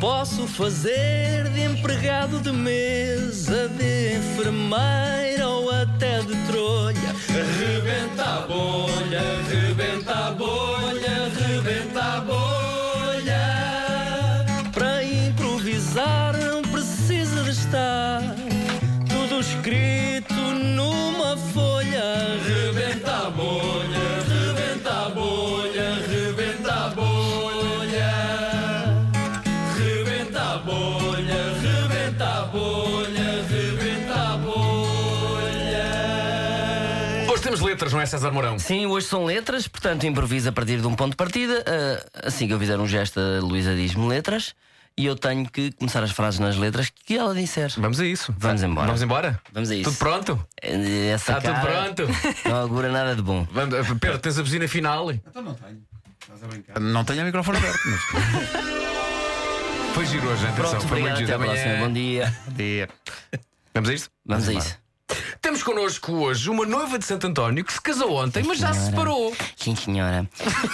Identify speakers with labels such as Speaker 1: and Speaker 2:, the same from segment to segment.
Speaker 1: Posso fazer de empregado de mesa, de enfermeira ou até de trolha. Rebenta a bolha, rebenta a bolha, rebenta a bolha. Para improvisar não precisa de estar tudo escrito numa folha. Rebenta a bolha, rebenta a bolha, rebenta a bolha. Rebenta a bolha, rebenta a bolha, rebenta a bolha.
Speaker 2: Hoje temos letras, não é, César Mourão?
Speaker 3: Sim, hoje são letras, portanto improviso a partir de um ponto de partida. Assim que eu fizer um gesto, a Luísa diz-me letras e eu tenho que começar as frases nas letras que ela disser.
Speaker 2: Vamos a isso.
Speaker 3: Vamos embora.
Speaker 2: Vamos embora?
Speaker 3: Vamos a isso.
Speaker 2: Tudo pronto?
Speaker 3: Essa
Speaker 2: Está tudo
Speaker 3: cara
Speaker 2: pronto?
Speaker 3: não augura nada de bom.
Speaker 2: Vamos, Pedro, tens a buzina final?
Speaker 4: Então não tenho. Estás a brincar? Não tenho o microfone aberto, mas.
Speaker 2: Foi giro hoje, atenção.
Speaker 3: Pronto,
Speaker 2: Foi muito
Speaker 3: obrigado,
Speaker 2: giro.
Speaker 3: até à próxima. Bom dia.
Speaker 4: Dia.
Speaker 2: Vamos a isto?
Speaker 3: Vamos a isso.
Speaker 2: Temos connosco hoje uma noiva de Santo António que se casou ontem, mas já se separou.
Speaker 3: Sim, senhora.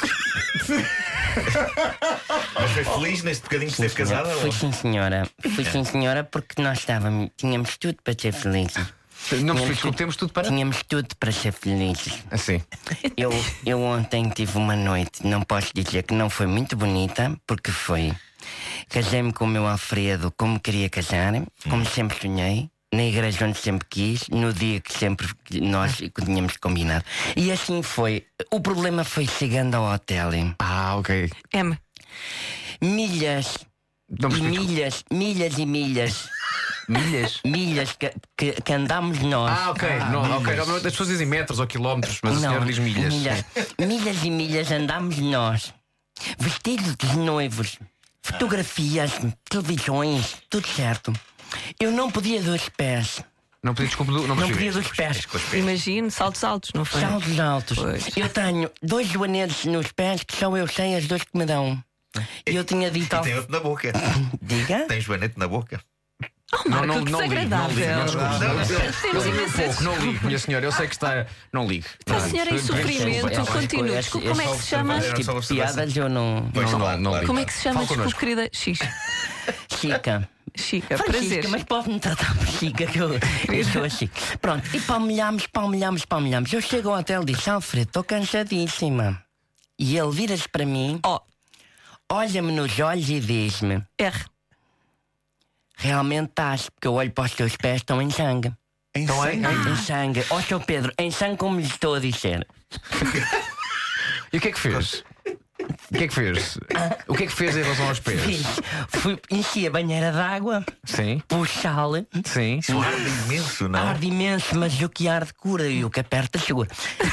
Speaker 5: Mas foi feliz neste bocadinho de ser casada?
Speaker 3: Fui sim, senhora. Fui sim, senhora, porque nós tínhamos tudo para ser felizes.
Speaker 2: Não percebi, desculpe, temos tudo para.
Speaker 3: Tínhamos tudo para ser felizes.
Speaker 2: Assim.
Speaker 3: Eu ontem tive uma noite, não posso dizer que não foi muito bonita, porque foi. Casei-me com o meu Alfredo como queria casar, como sempre sonhei, na igreja onde sempre quis, no dia que sempre nós tínhamos combinado. E assim foi. O problema foi chegando ao hotel.
Speaker 2: Ah, ok.
Speaker 6: M.
Speaker 3: Milhas.
Speaker 2: Não
Speaker 3: E
Speaker 2: percebi.
Speaker 3: milhas, milhas e milhas.
Speaker 2: Milhas?
Speaker 3: Milhas que andámos nós.
Speaker 2: Ah, ok. Não, ok. As pessoas dizem metros ou quilómetros, mas a senhora diz milhas.
Speaker 3: Milhas e milhas andámos nós, vestidos de noivos, fotografias, televisões, tudo certo. Eu não podia dos pés.
Speaker 2: Não podia, desculpe, não
Speaker 3: Não
Speaker 2: percebi.
Speaker 3: podia dos pés.
Speaker 6: Imagino, saltos altos, não foi?
Speaker 3: Saltos altos.
Speaker 6: Pois.
Speaker 3: Eu tenho 2 joanetes nos pés que só eu sei as 2 que me dão. E eu tinha dito
Speaker 5: E
Speaker 3: ao...
Speaker 5: tem outro na boca.
Speaker 3: Diga?
Speaker 5: Tem joanete na boca.
Speaker 6: Oh, Marco, que desagradável. Temos imenso
Speaker 2: pouco, não ligue, minha senhora. Eu sei que está. Não ligue.
Speaker 6: A senhora em sofrimento, continua. Desculpe, como é que se chama?
Speaker 5: Era só
Speaker 3: Tipo
Speaker 5: você
Speaker 3: piadas eu não...
Speaker 5: Pois, claro, claro.
Speaker 6: Como é que se chama?
Speaker 2: Fala
Speaker 6: Desculpe,
Speaker 2: connosco.
Speaker 6: querida. X.
Speaker 3: Chica.
Speaker 6: Chica,
Speaker 3: Francisca,
Speaker 6: prazer.
Speaker 3: mas pode-me tratar por Chica, que eu sou a Chica. Pronto, e palmilhamos. Eu chego ao hotel e disse: Alfredo, estou cansadíssima. E ele vira-se para mim,
Speaker 6: O.
Speaker 3: olha-me nos olhos e diz-me:
Speaker 6: R.
Speaker 3: realmente estás, porque eu olho para os teus pés, estão em sangue.
Speaker 4: Então é?
Speaker 3: Em sangue. Ó, Sr. Pedro, em sangue, como lhe estou a dizer.
Speaker 2: E o que é que fez? O que é que fez? O que é que fez em relação aos pés?
Speaker 3: Enchi a banheira de água,
Speaker 2: Sim,
Speaker 3: pus sal,
Speaker 2: sim.
Speaker 5: Isso arde imenso, não?
Speaker 3: arde imenso, mas o que arde cura e o que aperta segura.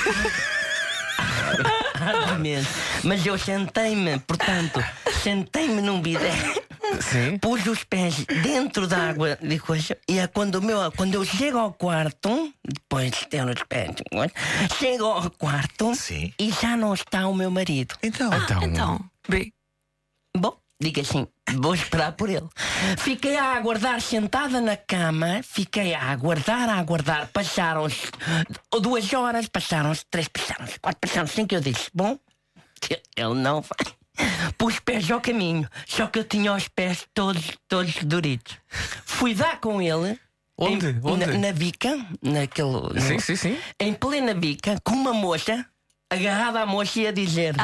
Speaker 3: Arde imenso. Mas eu sentei-me, portanto, num bidé.
Speaker 2: Sim.
Speaker 3: Pus os pés dentro da água de coisa. E é quando eu chego ao quarto, depois de ter os pés, chego ao quarto.
Speaker 5: Sim.
Speaker 3: E já não está o meu marido.
Speaker 4: Então.
Speaker 6: Então, B.
Speaker 3: Bom, diga assim, vou esperar por ele. Fiquei a aguardar sentada na cama. Fiquei a aguardar. Passaram-se 2 horas, passaram-se 3, passaram-se 4, passaram-se 5. Eu disse: bom, ele não vai. Pus os pés ao caminho, só que eu tinha os pés todos duritos. Fui dar com ele.
Speaker 2: Onde? Onde?
Speaker 3: Na bica, naquele.
Speaker 2: Sim.
Speaker 3: Em plena bica, com uma moça agarrada à moça e a dizer: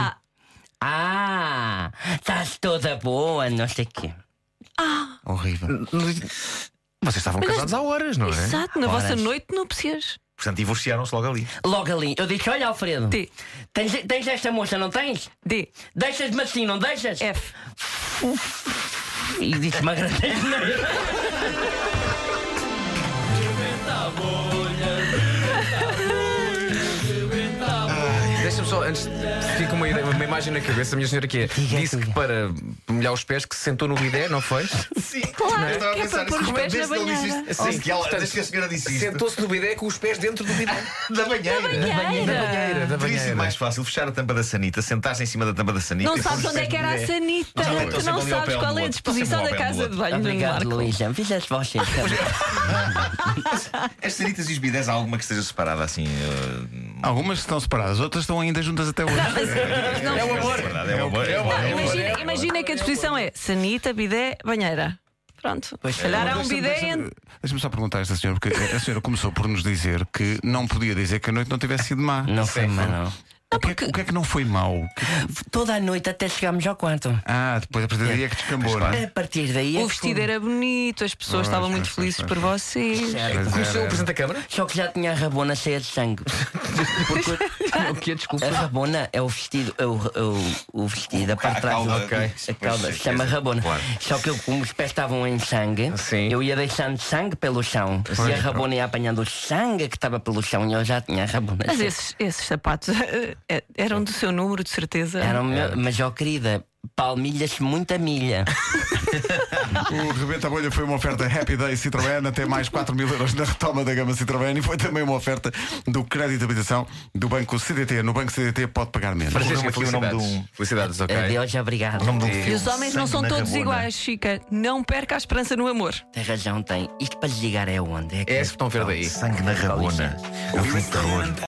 Speaker 3: estás toda boa, não sei o quê.
Speaker 4: Horrível.
Speaker 2: Vocês estavam casados há horas, não é?
Speaker 6: Exato, na
Speaker 3: Horas.
Speaker 6: vossa noite núpcias.
Speaker 5: Portanto, divorciaram-se logo ali.
Speaker 3: Logo ali, eu disse: olha, Alfredo,
Speaker 6: D.
Speaker 3: tens esta moça, não tens?
Speaker 6: D.
Speaker 3: Deixas-me assim, não deixas?
Speaker 6: F.
Speaker 3: E disse uma grande asneira.
Speaker 2: Deixa-me só, antes, fica uma imagem na cabeça da minha senhora que é: disse que para molhar os pés que se sentou no bidé, não foi?
Speaker 5: Sim,
Speaker 6: Claro,
Speaker 5: eu estava a
Speaker 6: que é
Speaker 5: pensar
Speaker 6: para pôr os
Speaker 5: nisso.
Speaker 6: pés
Speaker 5: Desde
Speaker 6: na
Speaker 5: que ele disse
Speaker 6: banheira.
Speaker 5: isto, desde que a senhora disse isto.
Speaker 2: Sentou-se no bidé com os pés dentro do bidé.
Speaker 5: Da banheira.
Speaker 2: Da
Speaker 5: Teria sido
Speaker 2: banheira.
Speaker 5: mais fácil fechar a tampa da sanita, sentar-se em cima da tampa da sanita.
Speaker 6: Não
Speaker 5: e pôr
Speaker 6: sabes
Speaker 5: os
Speaker 6: onde é
Speaker 5: pés
Speaker 6: que
Speaker 5: no
Speaker 6: era a
Speaker 5: bidé.
Speaker 6: sanita.
Speaker 5: Não,
Speaker 6: Tu
Speaker 5: estou
Speaker 6: não
Speaker 5: sempre ali ao
Speaker 6: sabes
Speaker 5: pé um
Speaker 6: qual
Speaker 5: do
Speaker 6: é a
Speaker 5: outro. Estou
Speaker 6: disposição
Speaker 5: sempre
Speaker 6: da
Speaker 5: ao pé um do
Speaker 6: casa de
Speaker 5: outro.
Speaker 6: banho do
Speaker 3: Obrigado,
Speaker 6: Marco.
Speaker 3: Luísa. Fizeste vocês.
Speaker 5: As sanitas e os bidés, há alguma que esteja separada assim
Speaker 4: Algumas estão separadas, outras estão ainda juntas até hoje.
Speaker 5: É o amor. É o amor.
Speaker 6: Imagina que a disposição é sanita, bidé, banheira. Pronto.
Speaker 3: Pois
Speaker 6: Se calhar há um bidé.
Speaker 4: Deixa-me só perguntar a esta senhora, porque a senhora começou por nos dizer que não podia dizer que a noite não tivesse sido má.
Speaker 3: Não foi má, não.
Speaker 4: O que é que não foi mau?
Speaker 3: Toda a noite até chegámos ao quarto.
Speaker 4: Depois a partir daí é que descambou, não é?
Speaker 3: A partir daí é
Speaker 6: O vestido era bonito, as pessoas estavam muito felizes por vocês.
Speaker 2: Conheceu o Presidente da Câmara?
Speaker 3: Só que já tinha a rabona cheia de sangue. Porque
Speaker 2: O que desculpa?
Speaker 3: a rabona é o vestido, o vestido, a parte de trás. A cauda se chama rabona.
Speaker 5: Claro.
Speaker 3: Só que como os pés estavam em sangue,
Speaker 2: Sim.
Speaker 3: eu ia deixando sangue pelo chão. E a rabona ia apanhando o sangue que estava pelo chão e eu já tinha a rabona
Speaker 6: Mas
Speaker 3: cheia.
Speaker 6: esses sapatos eram do seu número, de certeza.
Speaker 3: Era o meu, mas ó querida, palmilhas muita milha.
Speaker 4: O Rebenta a Bolha foi uma oferta Happy Day Citroën, até mais 4.000 euros na retoma da gama Citroën, e foi também uma oferta do crédito de habitação do Banco CDT. No Banco CDT pode pagar menos.
Speaker 2: Francisca,
Speaker 5: aqui o nome
Speaker 2: felicidades. Felicidades, ok.
Speaker 3: Adeus, obrigado.
Speaker 6: E os homens não são todos iguais, Chica. Não perca a esperança no amor.
Speaker 3: Tem razão, tem. Isto para desligar é onde?
Speaker 2: É esse botão verde aí.
Speaker 5: Sangue na rabona. É um filme de terror.